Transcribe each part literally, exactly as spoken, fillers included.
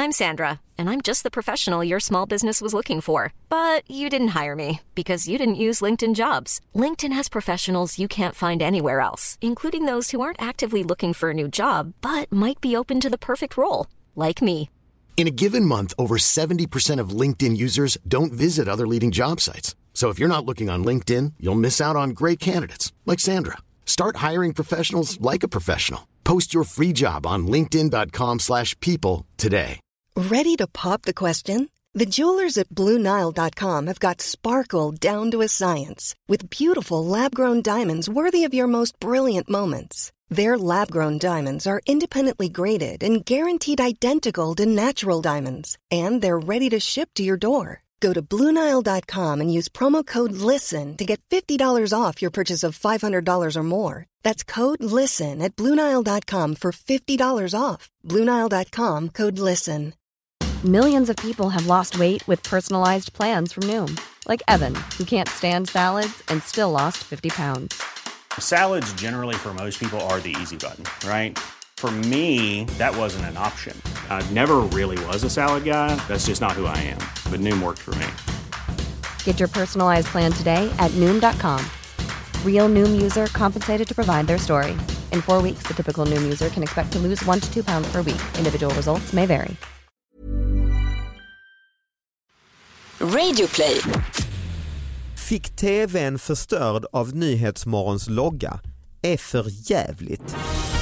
I'm Sandra, and I'm just the professional your small business was looking for. But you didn't hire me because you didn't use LinkedIn Jobs. LinkedIn has professionals you can't find anywhere else, including those who aren't actively looking for a new job, but might be open to the perfect role, like me. In a given month, over seventy percent of LinkedIn users don't visit other leading job sites. So if you're not looking on LinkedIn, you'll miss out on great candidates like Sandra. Start hiring professionals like a professional. Post your free job on linkedin dot com slash people today. Ready to pop the question? The jewelers at Blue Nile dot com have got sparkle down to a science with beautiful lab-grown diamonds worthy of your most brilliant moments. Their lab-grown diamonds are independently graded and guaranteed identical to natural diamonds, and they're ready to ship to your door. Go to Blue Nile dot com and use promo code LISTEN to get fifty dollars off your purchase of five hundred dollars or more. That's code LISTEN at Blue Nile dot com for fifty dollars off. Blue Nile dot com, code LISTEN. Millions of people have lost weight with personalized plans from Noom. Like Evan, who can't stand salads and still lost fifty pounds. Salads generally for most people are the easy button, right? For me, that wasn't an option. I never really was a salad guy. That's just not who I am. But Noom worked for me. Get your personalized plan today at Noom dot com. Real Noom user compensated to provide their story. In four weeks, the typical Noom user can expect to lose one to two pounds per week. Individual results may vary. Radio Play. Fick tvn förstörd av Nyhetsmorgons logga. Är för jävligt.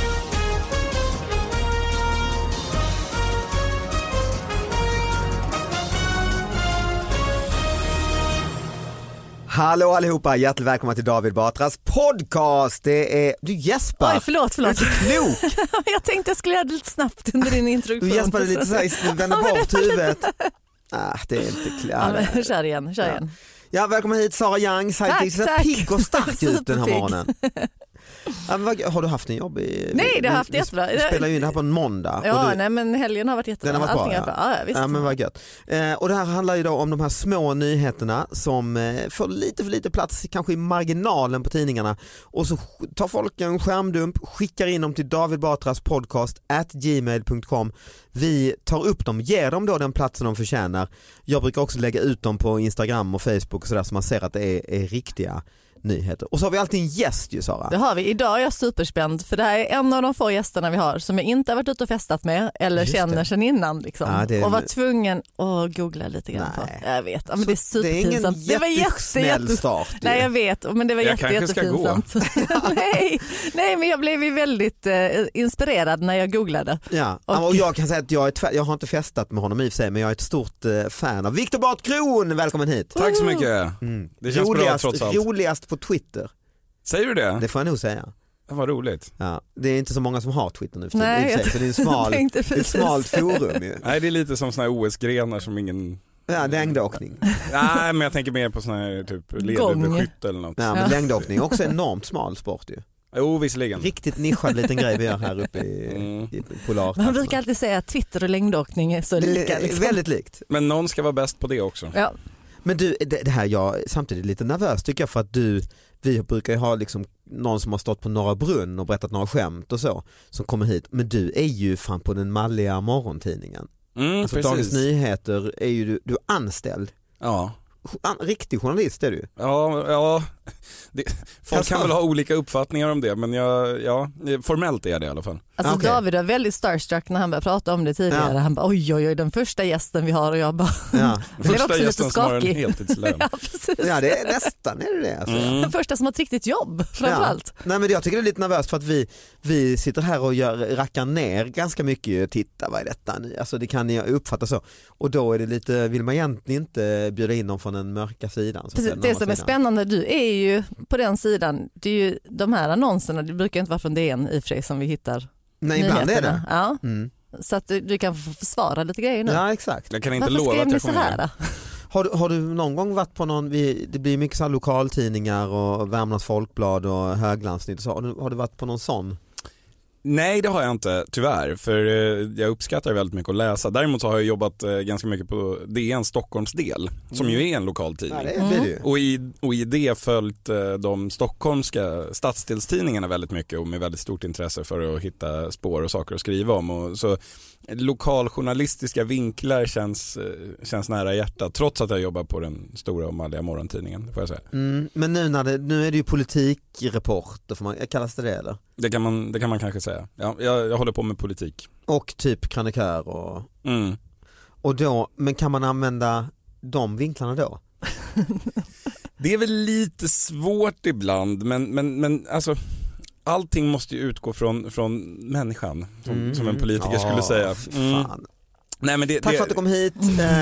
Hallå allihopa, hjärtligt välkomna till David Batras podcast. Det är, du gäspar. Oj, förlåt, förlåt. Du är så klok. Jag tänkte jag skulle göra det lite snabbt under din introduktion. Du gäspade lite så här, vände bort huvudet. Ah, det är inte klart. Ja, men, kör igen, kör ja. igen. Ja, välkommen hit Sara Young. Tack, så tack. Pigg och stark ut den här morgonen. Ja, men vad, har du haft en jobb i... Nej, det har haft vi, jättebra. Vi spelar ju in det här på en måndag. Ja, du, nej, men helgen har varit jättebra. Den har varit bra, Allting ja. Är ja, visst. Ja, men vad gött. Eh, och det här handlar ju då om de här små nyheterna som eh, får lite för lite plats kanske i marginalen på tidningarna. Och så tar folk en skärmdump, skickar in dem till David Batras podcast at gmail dot com. Vi tar upp dem, ger dem då den platsen de förtjänar. Jag brukar också lägga ut dem på Instagram och Facebook och sådär så man ser att det är, är riktiga nyheter. Och så har vi alltid en gäst ju, Sara. Det har vi. Idag är jag superspänd för det här är en av de få gästerna vi har som jag inte har varit ute och festat med eller Just känner det. sedan innan liksom. Ja, det är... Och var tvungen att googla lite grann på. Jag vet, ja, men det är superpinsamt. Det är ingen jätte, jättesnäll jätte, start. Ju. Nej, jag vet, men det var jag jätte, jättepinsamt. nej, nej, men jag blev ju väldigt eh, inspirerad när jag googlade. Ja, och, och jag kan säga att jag, är tvärt, jag har inte festat med honom i och för sig, men jag är ett stort eh, fan av Viktor Bart Kron. Välkommen hit. Tack så mycket. Mm. Det känns roligast, bra trots allt. Roligast på Twitter. Säger du det? Det får jag nog säga. Det var roligt. Ja, det är inte så många som har Twitter nu för Nej, tiden, så det är en smal, det är ett smalt forum ju. Nej, det är lite som såna här O S-grenar som ingen... Ja, längdåkning. Nej, men jag tänker mer på såna här typ lederbeskytt eller något. Ja, men längdåkning är också enormt smal sport ju. Jo, visserligen. Riktigt nischad liten grej vi gör här uppe i, mm. i polar. Man brukar alltid säga att Twitter och längdåkning är så lika. Liksom. Väldigt likt. Men någon ska vara bäst på det också. Ja. Men du, det, det här jag är samtidigt lite nervös tycker jag för att du, vi brukar ju ha liksom någon som har stått på Norra Brunn och berättat några skämt och så som kommer hit. Men du är ju fan på den malliga morgontidningen. Mm, alltså precis. Dagens Nyheter är ju du, du är anställd. Ja. An, riktig journalist är du. Ja, ja. Det, folk alltså, kan väl ha olika uppfattningar om det, men jag, ja, formellt är det i alla fall. Alltså okay. David var väldigt starstruck när han började prata om det tidigare. Ja. Han bara oj oj oj, den första gästen vi har och jag bara ja. Den första gästen som har en heltidslön. ja, precis. Ja, det är nästan är det det alltså. Mm. Den första som har ett riktigt jobb framförallt. Ja. Nej, men jag tycker det är lite nervöst för att vi, vi sitter här och gör, rackar ner ganska mycket. Titta, vad är detta nu? Alltså det kan ni uppfatta så. Och då är det lite, vill man egentligen inte bjuda in dem från den mörka sidan. Så Precis, det som är spännande, du är ju på den sidan, det är ju de här annonserna, det brukar inte vara från D N i och för sig som vi hittar. Nej, ibland är det. Ja. Mm. Så att du, du kan få försvara lite grejer nu. Ja, exakt. Jag kan inte Varför lova skrev att ni jag så kommer här med. då? Har du, har du någon gång varit på någon, vi, det blir mycket så här lokaltidningar och Värmlands Folkblad och Höglandsnytt och så. Har du, har du varit på någon sån? Nej, det har jag inte, tyvärr, för eh, jag uppskattar väldigt mycket att läsa. Däremot så har jag jobbat eh, ganska mycket på D N Stockholmsdel, som ju är en lokal tidning. Ja, det blir det ju. Och i, och i det följt eh, de stockholmska stadsdelstidningarna väldigt mycket och med väldigt stort intresse för att hitta spår och saker att skriva om. Och så lokaljournalistiska vinklar känns, eh, känns nära hjärtat, trots att jag jobbar på den stora och malliga morgontidningen, får jag säga. Mm, men nu, när det, nu är det ju politikreporter, får man, kallas det det eller? Det kan man, det kan man kanske säga. Ja, jag, jag håller på med politik. Och typ krönikör och... Mm. Och då, men kan man använda de vinklarna då? Det är väl lite svårt ibland, men, men, men alltså, allting måste ju utgå från, från människan, som, mm. som en politiker ja, skulle säga. Mm. Fan. Nej, men det, Tack det... för att du kom hit.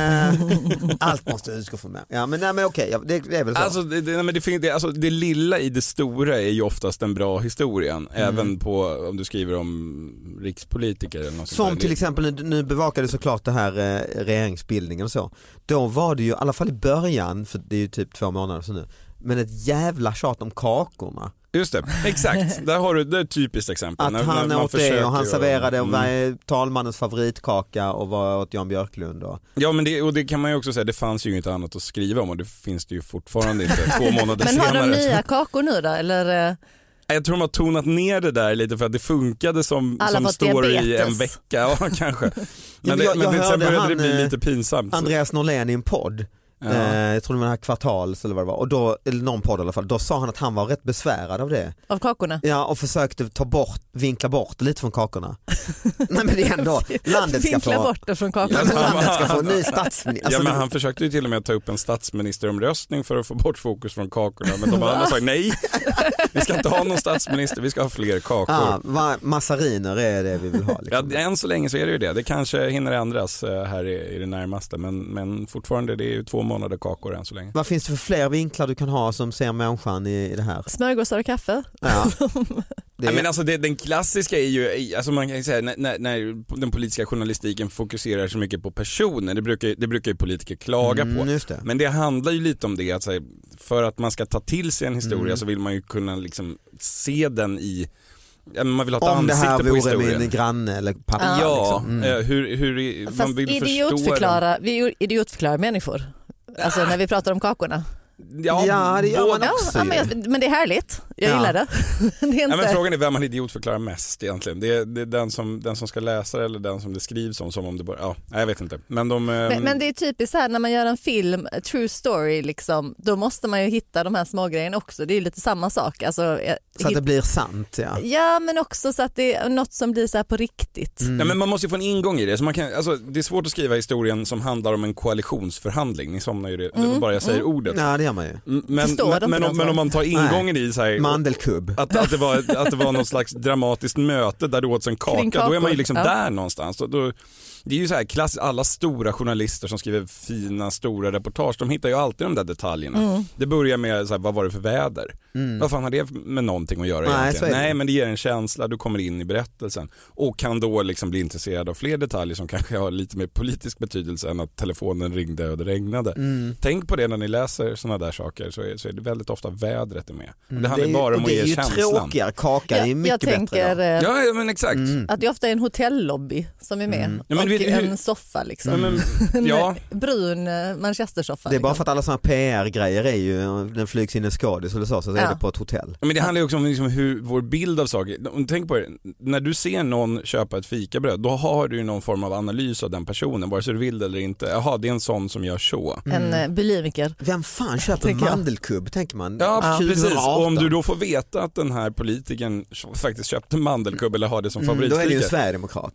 Eh, allt måste utgå från mig. Ja, men, nej, men okej, det, det är väl så. Alltså, det, det, men det, det, alltså, det lilla i det stora är ju oftast den bra historien. Mm. Även på, om du skriver om rikspolitiker eller något. Som till exempel, nu, nu bevakade såklart det här eh, regeringsbildningen och så. Då var det ju, i alla fall i början, för det är ju typ två månader så nu, men ett jävla tjat om kakorna. Just det, exakt. Där har du det är ett typiskt exempel. Att när, han när åt det och han serverade och mm. var talmannens favoritkaka och var åt Jan Björklund. Och... Ja, men det, och det kan man ju också säga, det fanns ju inte annat att skriva om och det finns det ju fortfarande inte två månader men senare. Men har de nya kakor nu då? Eller... Jag tror de har tonat ner det där lite för att det funkade som, som står diabetes. I en vecka. Ja, kanske. Men, det, jag, jag men sen började han, det bli lite pinsamt. Andreas Norlén i en podd. Ja. Eh, jag tror det var den här Kvartals eller vad det var. Och då, eller någon podd i alla fall, då sa han att han var rätt besvärad av det. Av kakorna? Ja, och försökte ta bort, vinkla bort lite från kakorna. Nej, men det är ändå, landet ska vinkla få... bort det från kakorna. Ja, landet ska få en ny statsminister. Alltså, ja, men han försökte ju till och med ta upp en statsministeromröstning för att få bort fokus från kakorna. Men de andra sa nej, vi ska inte ha någon statsminister, vi ska ha fler kakor. Ja, va, massariner är det vi vill ha. Liksom. Ja, än så länge så är det ju det. Det kanske hinner ändras här i, i det närmaste. Men, men fortfarande, det är ju två månader kakor än så länge. Vad finns det för fler vinklar du kan ha som ser människan i, i det här? Smörgåsar och kaffe. Ja. Det... Ja, men alltså det, den klassiska är ju, alltså man kan säga, när, när den politiska journalistiken fokuserar så mycket på personer, det brukar, det brukar ju politiker klaga mm, på. Det. Men det handlar ju lite om det, att här, för att man ska ta till sig en historia mm. så vill man ju kunna liksom se den i, ja, man vill ha ett om ansikte på historien. Om det här vore min granne eller pappa. Ja, liksom. mm. hur, hur Fast man vill idiotförklara, förstå vi idiotförklarar människor. Alltså när vi pratar om kakorna. Ja, ja, det gör man också. Ja, men, men det är härligt. Jag ja. gillar det. det är inte... ja, men frågan är vem man idiotförklarar mest egentligen. Det är, det är den, som, den som ska läsa eller den som det skrivs om. Som om det bara, ja, jag vet inte. Men, de, men, men det är typiskt så här när man gör en film, true story, liksom, då måste man ju hitta de här små grejerna också. Det är lite samma sak. Alltså, så att det blir sant, ja. Ja, men också så att det är något som blir så här på riktigt. Mm. Ja, men man måste ju få en ingång i det. Så man kan, alltså, det är svårt att skriva historien som handlar om en koalitionsförhandling. Ni somnar ju det, mm. bara jag säger mm. ordet. Ja, det gör man ju. Men Men, men, om, men om man tar ingången Nej. i så här, mandelkubb att, att, det var, att det var något slags dramatiskt möte där det åts en kaka, då är man ju liksom ja. där någonstans. Då, då, det är ju så här klass, alla stora journalister som skriver fina stora reportage, de hittar ju alltid de där detaljerna. Mm. Det börjar med så här, vad var det för väder? Mm. Vad fan har det med någonting att göra Nej, egentligen? Nej, men det ger en känsla, du kommer in i berättelsen och kan då liksom bli intresserad av fler detaljer som kanske har lite mer politisk betydelse än att telefonen ringde och det regnade. Mm. Tänk på det när ni läser såna där saker, så är, så är det väldigt ofta vädret är med. Mm. Det handlar det är, bara om att ge känslan. Det är ju tråkigare, kaka ja, är mycket jag tänker, bättre. Ja, ja, men exakt. Mm. Att det ofta är en hotellobby som är med mm. ja, men och vet, en hur... soffa liksom. Mm. Men, ja. Brun manchestersoffa. Det är bara liksom. för att alla såna P R-grejer är ju, den flygs in en skådis eller så, så ja. är det på ett hotell. Men det handlar ju också om liksom hur vår bild av saker, tänk på det, när du ser någon köpa ett fikabröd, då har du ju någon form av analys av den personen, vare sig du vill eller inte. Jaha, det är en sån som gör så. Mm. En bulimiker. Vem fan köper en mandelkubb, tänker man? Ja, ja precis. Och om du då får veta att den här politikern faktiskt köpte mandelkubb eller har det som favoritfika. Mm, då är det ju en sverigedemokrat.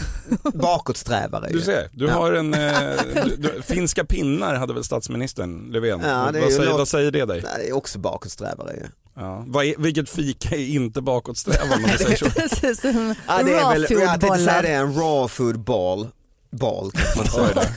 Bakåtsträvare. Du ser, du ja. har en eh, du, du, finska pinnar hade väl statsministern Löfven. Ja, vad, säger, något, vad säger det dig? Det är också bakåtsträvare ju. Ja. Vad är, vilket fika är inte bakåtsträvande om man säger så? Precis, en ja, det är väl, jag tänkte säga det är en raw food ball. Ball kan man säga.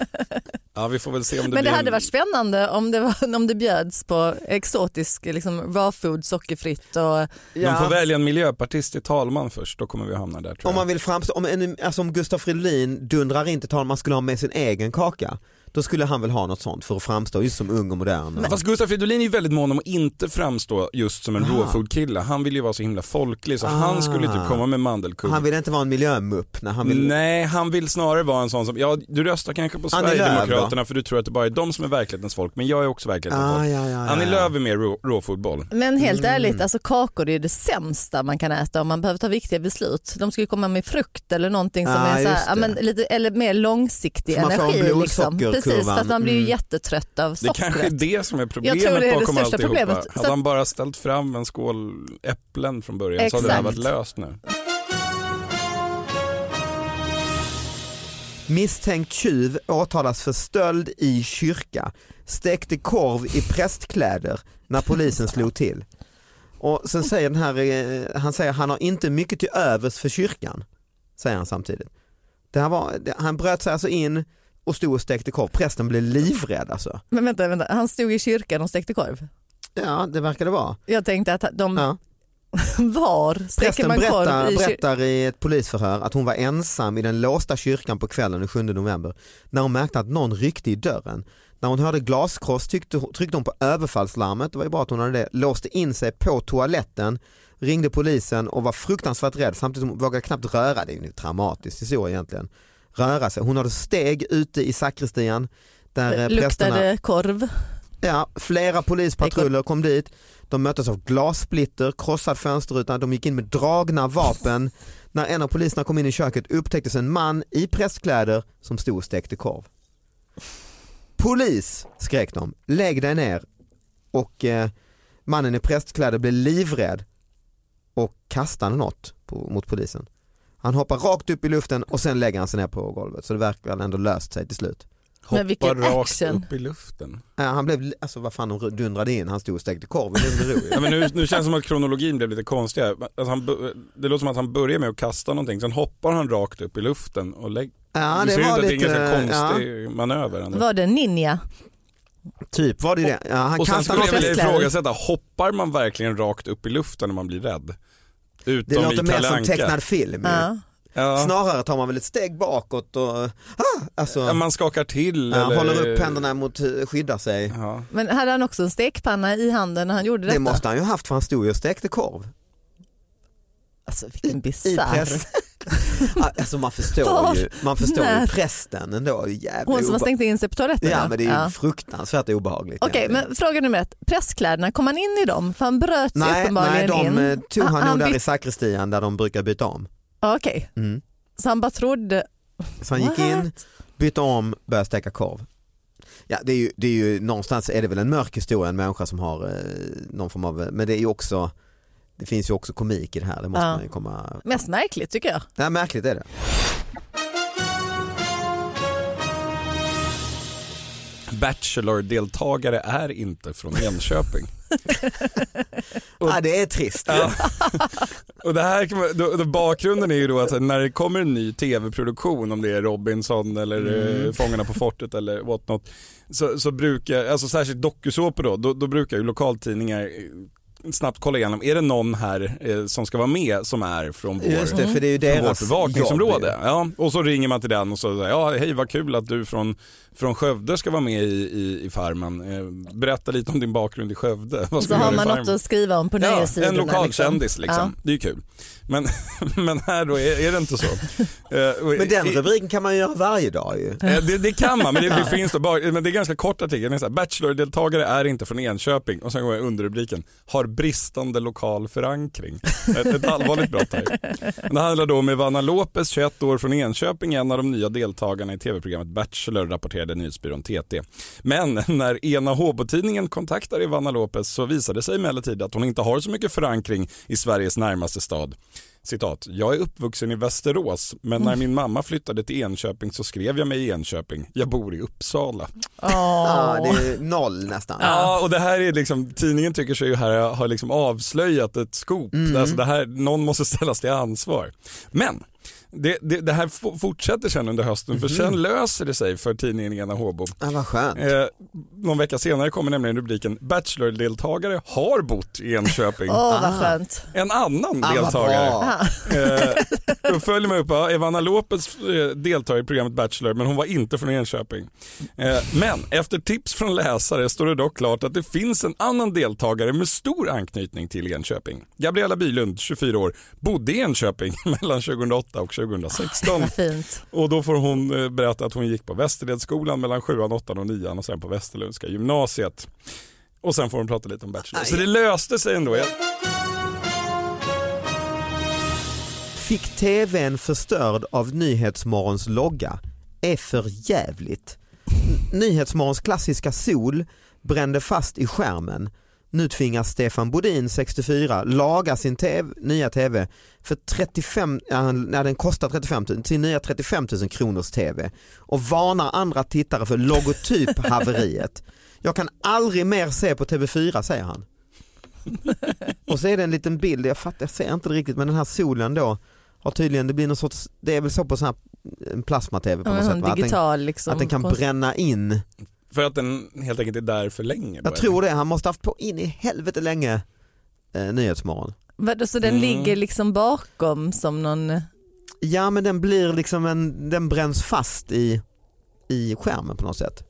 Ja, vi får väl se om det Men det blir hade en... varit spännande om det, var, om det bjöds på exotisk liksom, raw food, sockerfritt och... Ja. Ja. De får välja en miljöpartist till talman först, då kommer vi hamna där tror jag. Om man vill framstå, om, en, alltså om Gustaf Fridolin dundrar in till talman skulle ha med sin egen kaka, då skulle han väl ha något sånt för att framstå just som ung och modern. Men fast Gustaf Fridolin är ju väldigt mån om att inte framstå just som en råfood-kille. Han vill ju vara så himla folklig så ah. han skulle inte komma med mandelkull. Han vill inte vara en miljömupp. När han vill... Nej, han vill snarare vara en sån som, ja du röstar kanske på Sverigedemokraterna för du tror att det bara är de som är verklighetens folk, men jag är också verklighetens ah, folk. Ja, ja, ja, Annie ja. Lööf är mer rå, råfotboll. Men helt mm. ärligt, alltså kakor är det sämsta man kan äta om man behöver ta viktiga beslut. De ska ju komma med frukt eller någonting som ah, är så här, ja, men, lite, eller mer långsiktig så energi. Liksom. Precis, för att man blir ju mm. jättetrött av sockret. Det kanske är det som är problemet jag tror det är bakom det största alltihopa. Problemet. Hade så... han bara ställt fram en skål äpplen från början Exakt. Så hade det här varit löst nu. Misstänkt tjuv åtalas för stöld i kyrka. Stekte korv i prästkläder när polisen slog till. Och sen säger den här, han säger han har inte mycket till övers för kyrkan, säger han samtidigt. Det här var, det, han bröt sig alltså in och stod och stekte korv. Prästen blev livrädd alltså. Men vänta, vänta, han stod i kyrkan och stekte korv? Ja, det verkar det vara. Jag tänkte att de... Ja. Var steker man berättar, korv i kyr... berättar i ett polisförhör att hon var ensam i den låsta kyrkan på kvällen den sjunde november när hon märkte att någon ryckte i dörren. När hon hörde glaskross tyckte, tryckte hon på överfallslarmet. Det var ju bra att hon hade det. Låste in sig på toaletten, ringde polisen och var fruktansvärt rädd samtidigt som hon vågade knappt röra. Det är ju traumatiskt så egentligen. Röra sig. Hon hade steg ute i sakristian där luktade prästerna... korv. Ja, flera polispatruller kom dit. De möttes av glassplitter, krossad fönsterruta. De gick in med dragna vapen. När en av poliserna kom in i köket upptäcktes en man i prästkläder som stod och stekte korv. Polis, skrek de. Lägg dig ner. Och eh, mannen i prästkläder blev livrädd och kastade något på, mot polisen. Han hoppar rakt upp i luften och sen lägger han sig ner på golvet. Så det verkar ändå löst sig till slut. Hoppar rakt upp i luften. Ja, han blev, alltså vad fan, de dundrade in, han stod och stekte korv. Ja, men nu, nu känns det som att kronologin blev lite konstig. Alltså han, det låter som att han börjar med att kasta någonting, sen hoppar han rakt upp i luften och lägger. Ja, det, det var ut lite, att det är en ganska konstig ja. manöver. Ändå. Var det ninja? Typ var det det. Ja, han och sen skulle jag vilja ifrågasätta, ifrågasätta, hoppar man verkligen rakt upp i luften när man blir rädd? Utom det låter i mer som tecknad film. Ja. Ja. Snarare tar man väl ett steg bakåt och ah, alltså, ja, man skakar till ja, eller... håller upp händerna mot skyddar sig. Ja. Men hade han också en stekpanna i handen när han gjorde detta? Det måste han ju haft för han stod ju och stekte korv. Alltså vilken bizarr. Alltså man förstår ju, man förstår ju prästen ändå. Hon som har stängt in sig på toaletten. Ja, men det är ju ja. fruktansvärt obehagligt. Okej, okay, men fråga nummer ett. Prästkläderna, kom han in i dem? För han bröt sig nej, uppenbarligen in. Nej, de in. tog han, han nog där byt... i sakristian där de brukar byta om. Okej, okay. mm. Så han bara trodde... Så han gick in, bytte om, började steka korv. Ja, det är ju, det är ju någonstans är det väl en mörk historia, en människa som har eh, någon form av, men det är ju också, det finns ju också komik i det här, det måste ja. man ju komma... Mest märkligt tycker jag. Ja, märkligt är det. Bachelor-deltagare är inte från Enköping. Och, ja, det är trist. Ja. Och det här, då, då, bakgrunden är ju då att när det kommer en ny tv-produktion, om det är Robinson eller mm. Fångarna på fortet eller what not, så, så brukar, alltså särskilt dokusåpor då, då, då brukar ju lokaltidningar snabbt kolla igenom, är det någon här eh, som ska vara med som är från, vår, Just det, för det är ju deras vårt bevakningsområde. Ja, och så ringer man till den och så säger ja, hej vad kul att du från, från Skövde ska vara med i, i, i Farmen. Eh, berätta lite om din bakgrund i Skövde. Vad så har man något att skriva om på nöjesidorna. Ja, en lokalkändis liksom. liksom. Ja. Det är ju kul. Men, men här då är, är det inte så. Uh, men den rubriken kan man ju göra varje dag ju. Uh, det, det kan man, men det, det finns då bara, men det är ganska kort artikel. Bachelor-deltagare är inte från Enköping. Och sen går jag under rubriken. Har bristande lokal förankring. Ett, ett allvarligt brott här. Det handlar då om Ivana Lopez, tjugoett år från Enköping, en av de nya deltagarna i tv-programmet Bachelor, rapporterade nyhetsbyrån T T. Men när Ena Håbo-tidningen kontaktar Ivana Lopez så visade det sig emellertid att hon inte har så mycket förankring i Sveriges närmaste stad. Citat, jag är uppvuxen i Västerås, men när min mamma flyttade till Enköping så skrev jag mig i Enköping. Jag bor i Uppsala. Oh. Ja, det är noll nästan. Ja, och det här är liksom, tidningen tycker sig ju här har liksom avslöjat ett skop. Mm. Alltså det här, någon måste ställas till ansvar. Men Det, det, det här f- fortsätter sen under hösten mm-hmm. för sen löser det sig för tidningen Ena Håbo. Ja, vad skönt. Eh, någon vecka senare kommer nämligen rubriken Bachelor-deltagare har bott i Enköping. Åh, oh, vad skönt. En annan ah, deltagare. Eh, då följer man upp ja, Ivana Lopez eh, deltar i programmet Bachelor, men hon var inte från Enköping. Eh, men efter tips från läsare står det dock klart att det finns en annan deltagare med stor anknytning till Enköping. Gabriella Bylund, tjugofyra år, bodde i Enköping mellan tjugohundraåtta och tjugohundrasexton. Fint. Och då får hon eh, berätta att hon gick på Västerledsskolan mellan sjuan, åttan och nian och sen på Västerlundska gymnasiet. Och sen får hon prata lite om Bachelor. Så det löste sig ändå. Fick tvn förstörd av Nyhetsmorgons logga. Är för jävligt. Nyhetsmorgons klassiska sol brände fast i skärmen. Nu tvingas Stefan Bodin, sextiofyra, laga sin TV, nya tv för trettiofem, när den kostar trettiofem tusen, till nya trettiofem tusen kronors tv och varnar andra tittare för logotyphaveriet. Jag kan aldrig mer se på T V fyra, säger han. Och så är det en liten bild, jag fattar, jag ser inte det riktigt, men den här solen då har tydligen, det blir någon sorts, det är väl så på sån här en plasma-tv på ja, något sätt, va? Digital, att, den, liksom, att den kan konst... bränna in. För att den helt enkelt är där för länge. Jag tror det, han måste ha haft på in i helvete länge eh, Nyhetsmorgon. Så den mm. ligger liksom bakom som någon... Ja, men den blir liksom en, den bränns fast i, i skärmen på något sätt.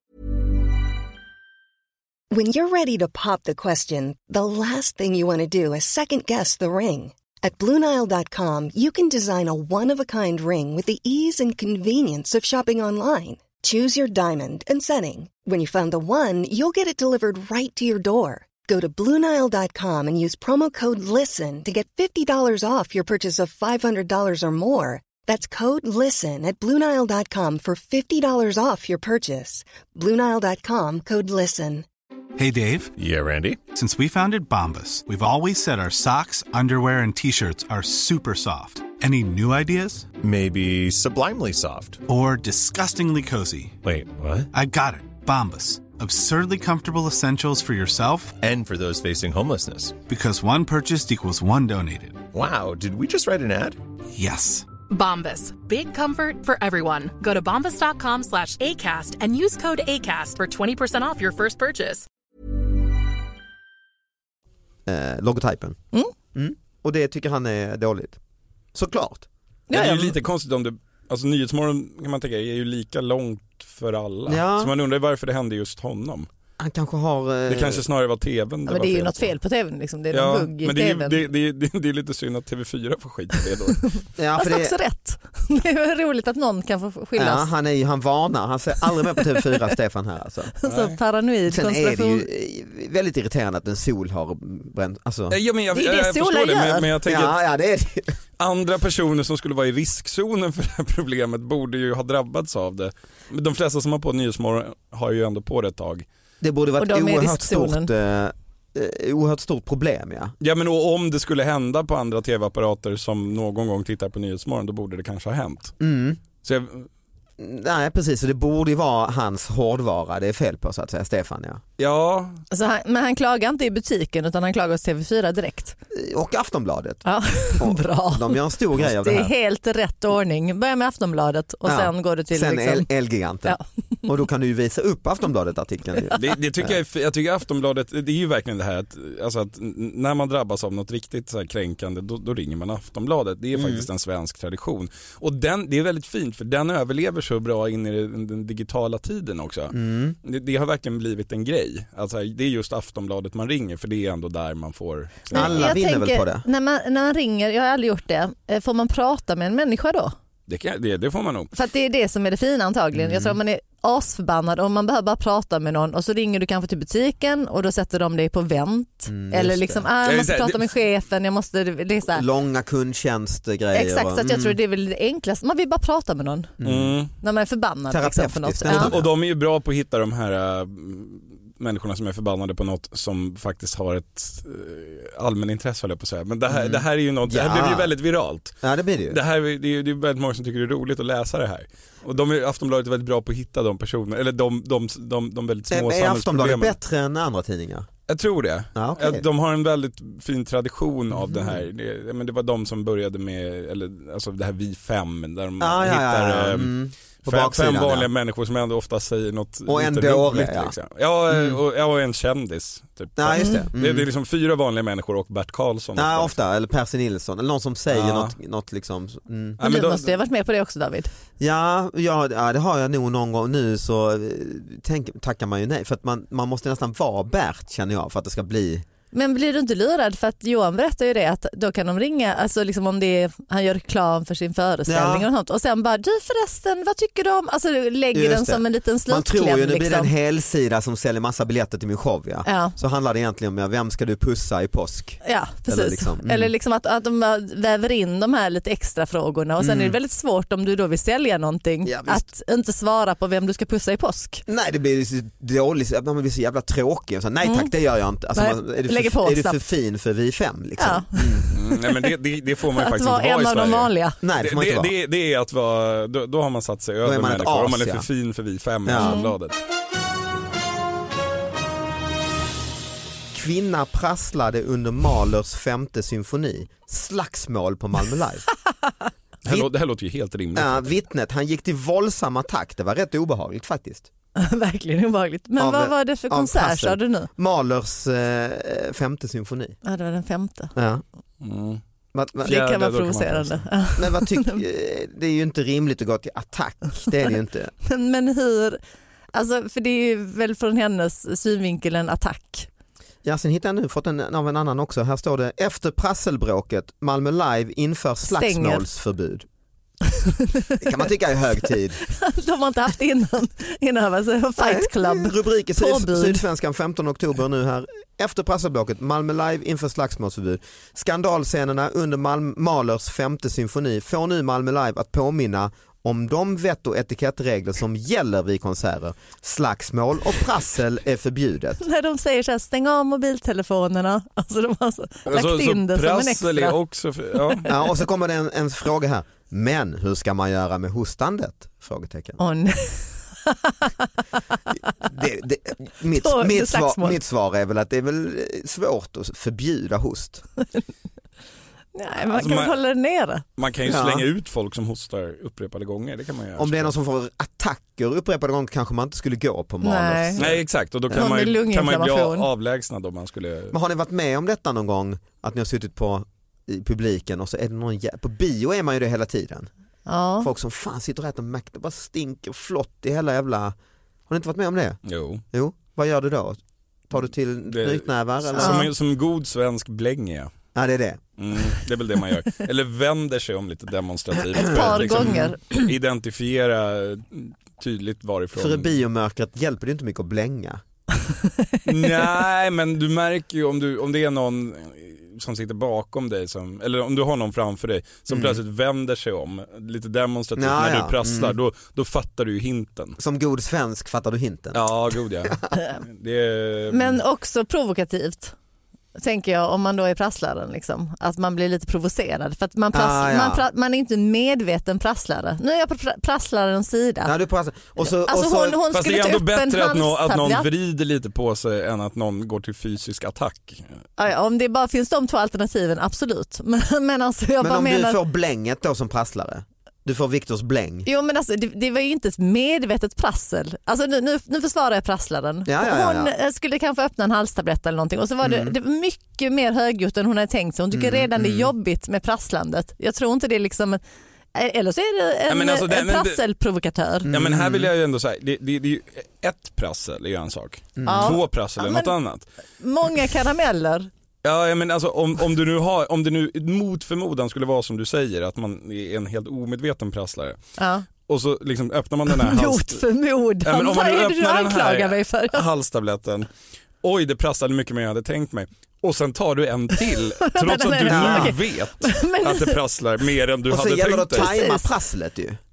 When you're ready to pop the question, the last thing you want to do is second guess the ring. At Blue Nile dot com you can design a one-of-a-kind ring with the ease and convenience of shopping online. Choose your diamond and setting. When you find the one, you'll get it delivered right to your door. Go to Blue Nile dot com and use promo code LISTEN to get fifty dollars off your purchase of five hundred dollars or more. That's code LISTEN at Blue Nile dot com for fifty dollars off your purchase. Blue Nile dot com, code LISTEN. Hey, Dave. Yeah, Randy. Since we founded Bombas, we've always said our socks, underwear, and T-shirts are super soft. Any new ideas? Maybe sublimely soft. Or disgustingly cozy. Wait, what? I got it. Bombas. Absurdly comfortable essentials for yourself and for those facing homelessness. Because one purchased equals one donated. Wow, did we just write an ad? Yes. Bombas. Big comfort for everyone. Go to bombas dot com slash ACAST and use code ACAST for twenty percent off your first purchase. Eh, logotypen. Mm. Mm. Och det tycker han är dåligt. Såklart. Ja, det är ju lite konstigt om det, alltså Nyhetsmorgon kan man tänka är ju lika långt för alla. Ja. Så man undrar varför det hände just honom. Han kanske har... Eh... Det kanske snarare var tvn. Det, ja, men det är ju något fel på tvn liksom. Det är ja, någon bugg i men det är, tvn. det, det, det, det är lite synd att T V fyra får skit på det då. Ja, för det är det... också rätt. Det är roligt att någon kan få skillas. Ja, han, är ju, han varnar. Han ser aldrig med på T V fyra, Stefan här alltså. Så paranoid sen konspiration. Är det ju väldigt irriterande att en sol har bränt. Alltså... Ja, men jag, det är det jag, jag förstår det, men, men jag tänker ja, ja, det är det. Andra personer som skulle vara i riskzonen för det här problemet borde ju ha drabbats av det. Men de flesta som har på Nyhetsmorgon har ju ändå på det ett tag. Det borde vara ett oerhört stort, eh, oerhört stort problem. Ja, ja men om det skulle hända på andra tv-apparater som någon gång tittar på Nyhetsmorgon, då borde det kanske ha hänt. Mm. Så jag... Nej, precis. Så det borde ju vara hans hårdvara det är fel på, så att säga, Stefan. Ja. Ja. Alltså han, men han klagar inte i butiken utan han klagar hos T V fyra direkt. Och Aftonbladet. Ja, och bra. De gör en stor grej av det här. Det är helt rätt ordning. Börja med Aftonbladet och ja. sen går du till sen liksom... Elgiganten. Ja. Och då kan du ju visa upp Aftonbladet-artikeln. Det, det tycker jag, är, jag tycker Aftonbladet, det är ju verkligen det här att, alltså att när man drabbas av något riktigt så här kränkande, då, då ringer man Aftonbladet. Det är mm. faktiskt en svensk tradition. Och den, det är väldigt fint för den överlever så bra in i den, den digitala tiden också. Mm. Det, det har verkligen blivit en grej. Alltså, det är just Aftonbladet man ringer för det är ändå där man får... Alla vinner tänker, väl på det? När man, när man ringer, jag har aldrig gjort det, får man prata med en människa då? Det, kan, det, det får man nog. För att det är det som är det fina antagligen. Mm. Jag tror att man är asförbannad och man behöver bara prata med någon och så ringer du kanske till butiken och då sätter de dig på vänt. Mm, eller liksom, ah, jag måste ja, prata det, med chefen, jag måste... Det är så här. Långa kundtjänstgrejer. Exakt, så att jag mm. tror det är väl det enklaste. Man vill bara prata med någon. Mm. När man är förbannad. Liksom, för något. Ja. Och de är ju bra på att hitta de här... Uh, människorna som är förbannade på något som faktiskt har ett eh, allmänintresse, håller jag på att säga. Men det här, mm. det här är ju något, ja. det här blir ju väldigt viralt. Ja, det blir det ju. Det här det är, det är väldigt många som tycker det är roligt att läsa det här. Och de är, Aftonbladet är väldigt bra på att hitta de personer, eller de, de, de, de, de väldigt små samhällsproblemen. Är Aftonbladet bättre än andra tidningar? Jag tror det. Ja, okay. De har en väldigt fin tradition av mm. det här. Det, men det var de som började med eller, alltså det här Vi fem där de ah, hittar ja, ja. Mm. Fem, fem vanliga ja. människor som ändå ofta säger något och en lite roligt. Ja, liksom. ja mm. och, och en kändis. Typ. Ja, just det. Mm. Det, det är liksom fyra vanliga människor och Bert Karlsson. Ja, ofta. ofta. Eller Percy Nilsson. Eller någon som säger ja. något, något liksom. Mm. Men du ja, måste ju ha varit med på det också, David. Ja, ja, ja, det har jag nog någon gång. Nu så tänk, tackar man ju nej. För att man, man måste nästan vara Bert, känner jag, för att det ska bli... Men blir du inte lurad? För att Johan berättar ju det att då kan de ringa, alltså liksom om det är, han gör reklam för sin föreställning ja. och sånt, och sen bara, du förresten, vad tycker du om? Alltså lägger den som en liten slutkläm. Man tror ju, nu liksom. blir det en helsida som säljer massa biljetter till min show, ja. ja. Så handlar det egentligen om, ja, vem ska du pussa i påsk? Ja, precis. Eller liksom, mm. Eller liksom att, att de väver in de här lite extra frågorna och sen mm. är det väldigt svårt om du då vill sälja någonting, ja, att inte svara på vem du ska pussa i påsk. Nej, det blir så dåligt, man blir så jävla tråkig. Så, nej tack, mm. det gör jag inte. Alltså, nej, man, är det för, på, är det för fin för vi fem liksom. Ja. Mm. Mm, nej, men det, det, det får man ju faktiskt inte vara i Sverige. Att vara en av de vanliga. Nej, det, får man det, inte vara. det, det är att vara, då, då har man satt sig över människor as, om man är för ja. fin för vi fem i ja. Aftonbladet. Kvinna prasslade under Mahlers femte symfoni. Slagsmål på Malmö Live. Det här, Vitt... det här låter ju helt rimligt. Ja, vittnet, han gick till våldsam attack. Det var rätt obehagligt faktiskt. Verkligen obehagligt. Men av, vad var det för konsert sa du nu? Mahlers eh, femte symfoni. Ja, det var den femte. Ja. Mm. Va, va, det kan vara provocerande. Man men vad tycker, det är ju inte rimligt att gå till attack. Det är det ju inte. Men, men hur, alltså för det är ju väl från hennes synvinkel en attack. Ja, sen hittar jag nu fått en av en annan också. Här står det, efter prasselbråket, Malmö Live inför slagsmålsförbud. Det kan man tycka är hög tid. De har inte haft innan, innan alltså, Fight Club. Rubrik i Syd, Sydsvenskan femtonde oktober nu här. Efter prasselbråket, Malmö Live inför slagsmålsförbud. Skandalscenerna under Malm- Mahlers femte symfoni får nu Malmö Live att påminna om de vett- och etikettregler som gäller vid konserter. Slagsmål och prassel är förbjudet. När de säger så här, stäng av mobiltelefonerna. Alltså de har så lagt så, in så det som en extra. Är också för, ja. Ja, och så kommer det en, en fråga här. Men hur ska man göra med hostandet? Frågetecken. Oh, nej. det, det, mitt, Då, mitt, svar, mitt svar är väl att det är väl svårt att förbjuda host. Nej, man alltså kan man, hålla det nere. Man kan ju ja. slänga ut folk som hostar upprepade gånger. Det kan man göra. Om det är någon som får attacker upprepade gånger kanske man inte skulle gå på Mahlers. Nej. Nej, exakt. Och då kan man, ju, kan man ju bli avlägsnad om man skulle... Men har ni varit med om detta någon gång? Att ni har suttit på i publiken och så är det någon jä... På bio är man ju det hela tiden. Ja. Folk som fan sitter och äter mäkt, det bara stinker flott i hela jävla... Har ni inte varit med om det? Jo. Jo. Vad gör du då? Tar du till knytnävar? Eller? Som, som god svensk bläng, ja. Ja, det är det. Mm, det är väl det man gör. Eller vänder sig om lite demonstrativt. Ett par liksom gånger. Identifiera tydligt varifrån. För i biomörkret hjälper det inte mycket att blänga. Nej, men du märker ju om, du, om det är någon som sitter bakom dig som, eller om du har någon framför dig som mm. plötsligt vänder sig om lite demonstrativt ja, när ja. du prasslar, mm. då, då fattar du ju hinten. Som god svensk fattar du hinten. Ja, god ja. Det är... Men också provokativt. Tänker jag, om man då är prasslaren liksom, att man blir lite provocerad för att man, prass, ah, ja. man, pra, man är inte en medveten prasslare. Nu är jag på pra, prasslarens sida. Ja, du prasslar. Och så, alltså och så, hon, hon fast det är ändå bättre att, nå, att någon ja. vrider lite på sig än att någon går till fysisk attack. Ja, ja, om det bara finns de två alternativen, absolut. Men, men, alltså, jag men bara om menar... du får blänget då som prasslare? Du får Viktors bläng. Jo, men alltså, det, det var ju inte ett medvetet prassel. Alltså nu, nu, nu försvarar jag prasslaren. Ja, ja, ja, hon ja. skulle kanske öppna en halstablett eller någonting och så var det, mm. det var mycket mer högljutt än hon hade tänkt sig. Hon tycker mm, redan mm. det är jobbigt med prasslandet. Jag tror inte det är liksom... Eller så är det en, ja, alltså, det, en prasselprovokatör. Ja, men här vill jag ju ändå säga, det, det, det är ju ett prassel är ju en sak. Mm. Två prassel är ja, något annat. Många karameller. Ja, men alltså om, om du nu har, om det nu mot förmodan skulle vara som du säger, att man är en helt omedveten prasslare. Ja. Och så liksom öppnar man den här hals... Mot förmodan, ja, men om man vad är det du anklagar mig för? Halstabletten. Oj, det prasslade mycket mer än jag hade tänkt mig. Och sen tar du en till, trots att du nu vet men... att det prasslar mer än du hade tänkt dig. Och så gäller det att tajma prasslet ju.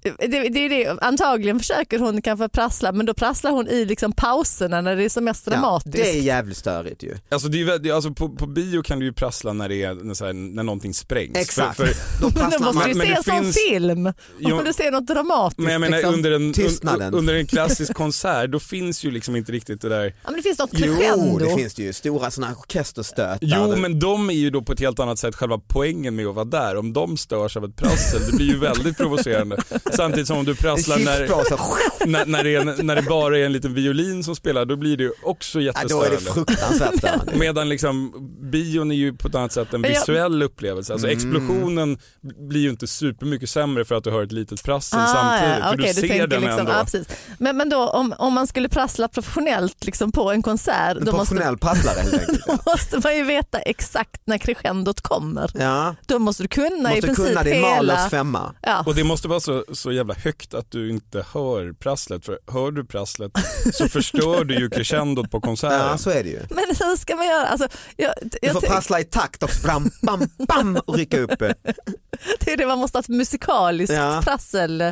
Det, det är det. Antagligen försöker hon kanske prassla, men då prasslar hon i liksom pauserna när det är som mest dramatiskt. Ja, det är jävligt störigt ju. Alltså, det är, alltså på, på bio kan du ju prassla när, det är, när, så här, när någonting sprängs. Exakt. För, för, då men då måste du se en sån finns, film. Jo, om du ser något dramatiskt. Men jag menar, liksom. under, en, un, under en klassisk konsert då finns ju liksom inte riktigt det där. Ja, men det finns något crescendo. Jo, det finns det ju. Stora sådana orkesterstötar. Jo, men de är ju då på ett helt annat sätt själva poängen med att vara där. Om de störs av ett prassel, det blir ju väldigt provocerande. Samtidigt som om du prasslar när, när, när, det är, när det bara är en liten violin som spelar, då blir det ju också jättestörande. Ja, då är det fruktansvärt. Medan liksom bion är ju på ett annat sätt en visuell upplevelse. Alltså mm. explosionen blir ju inte supermycket sämre för att du hör ett litet prassel ah, samtidigt. Ja, för okay, du ser du den liksom, ändå. Ja, precis. Men, men då om, om man skulle prassla professionellt liksom på en konsert. En då professionell måste, passlare helt enkelt. Då måste man ju veta exakt när crescendot kommer. Ja. Då måste du kunna måste i princip kunna din hela... Mahlers femma. Ja. Och det måste vara så, så jävla högt att du inte hör prasslet. För hör du prasslet så förstör du ju crescendot på konserten. Ja, så är det ju. Men hur ska man göra? Alltså, jag, jag du får tänk... prassla i takt och bam, bam, bam och rycka upp. Det är det, man måste ha ett musikaliskt ja. prassel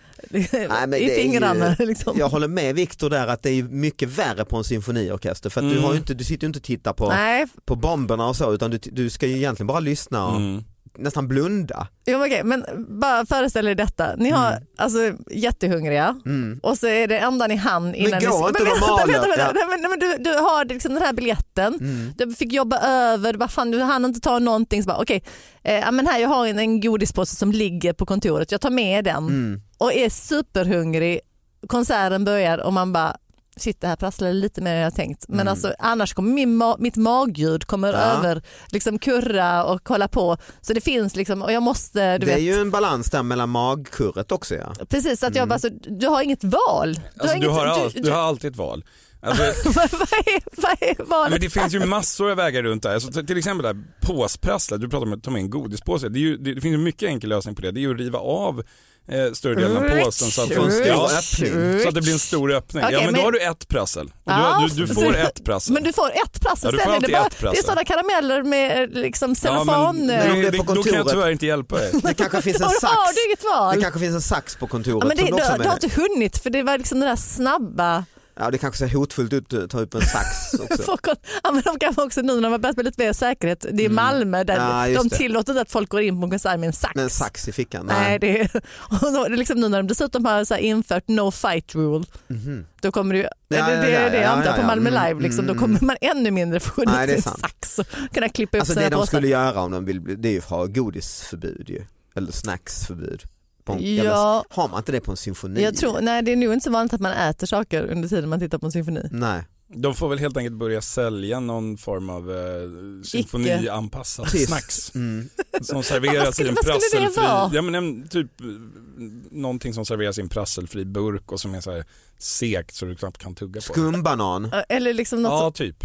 Nej, i fingrarna. Ju, liksom. Jag håller med Victor där att det är mycket värre på en symfoniorkester. För att mm. du, har ju inte, du sitter ju inte och tittar på, på bomberna och så, utan du, du ska ju egentligen bara lyssna och mm. nästan blunda. Jo, okay, men bara föreställ er detta. Ni har mm. alltså jättehungriga mm. och så är det enda ni hann innan men ni... Går inte men vänta, vänta, vänta, vänta. Ja. Men, men du, du har liksom den här biljetten. Mm. Du fick jobba över. Vad fan, du hann inte ta någonting. Så bara, okej, okay, eh, men här jag har en, en godispåse som ligger på kontoret. Jag tar med den mm. och är superhungrig. Konserten börjar och man bara... Shit, det här prasslar lite mer än jag tänkt. Men mm. alltså, annars kommer min ma- mitt magljud kommer ja. över, liksom kurra och kolla på. Så det finns liksom, och jag måste, du Det vet. är ju en balans där mellan magkurret också, ja. Precis, att jag mm. bara så, du har inget val. Du, alltså, har, inget, du, har, all, du, du har alltid ett val. Alltså, vad, är, vad är valet? Men det finns ju massor av vägar runt där. Alltså, till exempel där påsprasslet, du pratar om att ta med en godispåse. Det, är ju, det, det finns ju mycket enkel lösning på det. Det är ju att riva av eh, större delen av påsen så att, en stor öppning, så att det blir en stor öppning. Okay, ja, men, men då har du ett prassel. Och ja, du, du får så, ett prassel. Men du får ett prassel. Ja, sen är det, bara, ett prassel. Det är sådana karameller med liksom cellofan. Ja, men, men det, det, då kan jag tyvärr inte hjälpa dig. Det kanske finns en sax. Det kanske finns en sax på kontoret. Ja, men det, som du, du har inte hunnit, för det var liksom den där snabba... Ja, det kanske ser hotfullt ut att ta upp en sax också. Ja, men de kan också nu när man börjat med lite mer säkerhet. Det är mm. Malmö där ja, de tillåter att folk går in på en konsert med en sax. Med en sax i fickan. Nej, Nej det är, och då, det är liksom nu när de dessutom har så här infört no fight rule. Mm-hmm. Då kommer det ju, ja, det, det, ja, ja, det jag antar ja, ja, på Malmö Live mm, liksom, då kommer man ännu mindre få en sax och kunna klippa upp alltså sina det de påsar. skulle göra om de vill, det är ju att ha godisförbud ju. Eller snacksförbud. En, ja, har man inte det på en symfoni? Jag tror, nej, det är nog inte så vanligt att man äter saker under tiden man tittar på en symfoni. Nej. De får väl helt enkelt börja sälja någon form av eh, symfonianpassad snacks mm. som serveras i en prasselfri, ja, men, typ någonting som serveras i en prasselfri burk och som är så här sekt så du knappt kan tugga på. Skumbanan. Eller liksom något ja, så... typ.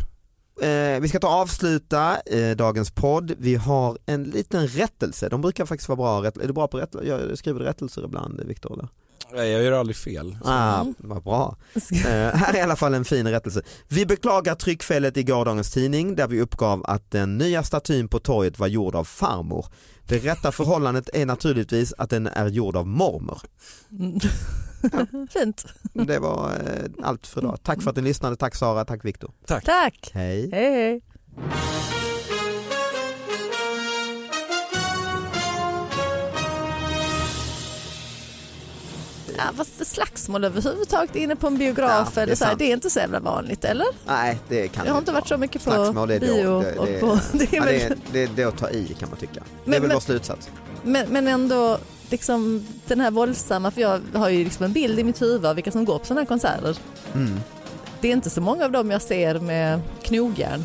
Eh, vi ska ta avsluta eh, dagens podd. Vi har en liten rättelse. De brukar faktiskt vara bra. Är du bra på rätt? Jag skriver rättelser ibland, Victor, eller? Nej, jag gör aldrig fel. Ah, vad bra. Eh, här är i alla fall en fin rättelse. Vi beklagar tryckfelet i gårdagens tidning där vi uppgav att den nya statyn på torget var gjord av farmor. Det rätta förhållandet är naturligtvis att den är gjord av mormor. Mm. Ja. Fint. Det var eh, allt för idag. Tack för att ni lyssnade. Tack Sara, tack Victor. Tack. Tack. Hej. Hej, hej. Ja, fast slagsmål överhuvudtaget inne på en biograf ja, eller så här, det är inte så jävla vanligt, eller? Nej, det kan jag har det inte varit så mycket på slagsmål, det bio då, det, och det, på det är, ja, väl... det, är, det, är, det är att ta i, kan man tycka. Men, det är väl vår slutsats. Men, men ändå liksom den här våldsamma, för jag har ju liksom en bild i mitt huvud av vilka som går på sådana här konserter. Mm. Det är inte så många av dem jag ser med knogjärn.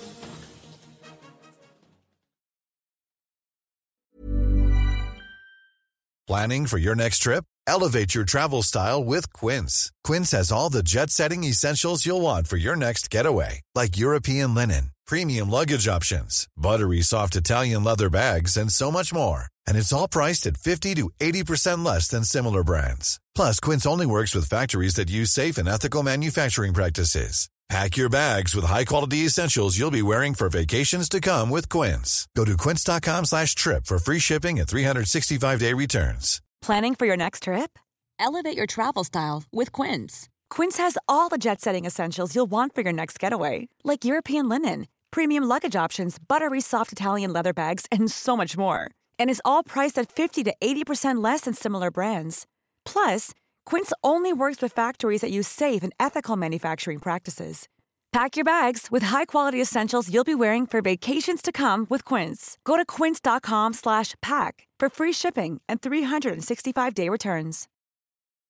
Planning for your next trip? Elevate your travel style with Quince. Quince has all the jet-setting essentials you'll want for your next getaway, like European linen, premium luggage options, buttery soft Italian leather bags, and so much more. And it's all priced at fifty to eighty percent less than similar brands. Plus, Quince only works with factories that use safe and ethical manufacturing practices. Pack your bags with high-quality essentials you'll be wearing for vacations to come with Quince. Go to quince dot com slash trip for free shipping and three sixty-five day returns. Planning for your next trip? Elevate your travel style with Quince. Quince has all the jet-setting essentials you'll want for your next getaway, like European linen, premium luggage options, buttery soft Italian leather bags, and so much more. And is all priced at fifty to eighty percent less than similar brands. Plus, Quince only works with factories that use safe and ethical manufacturing practices. Pack your bags with high-quality essentials you'll be wearing for vacations to come with Quince. Go to quince dot com slash pack for free shipping and three hundred sixty-five day returns.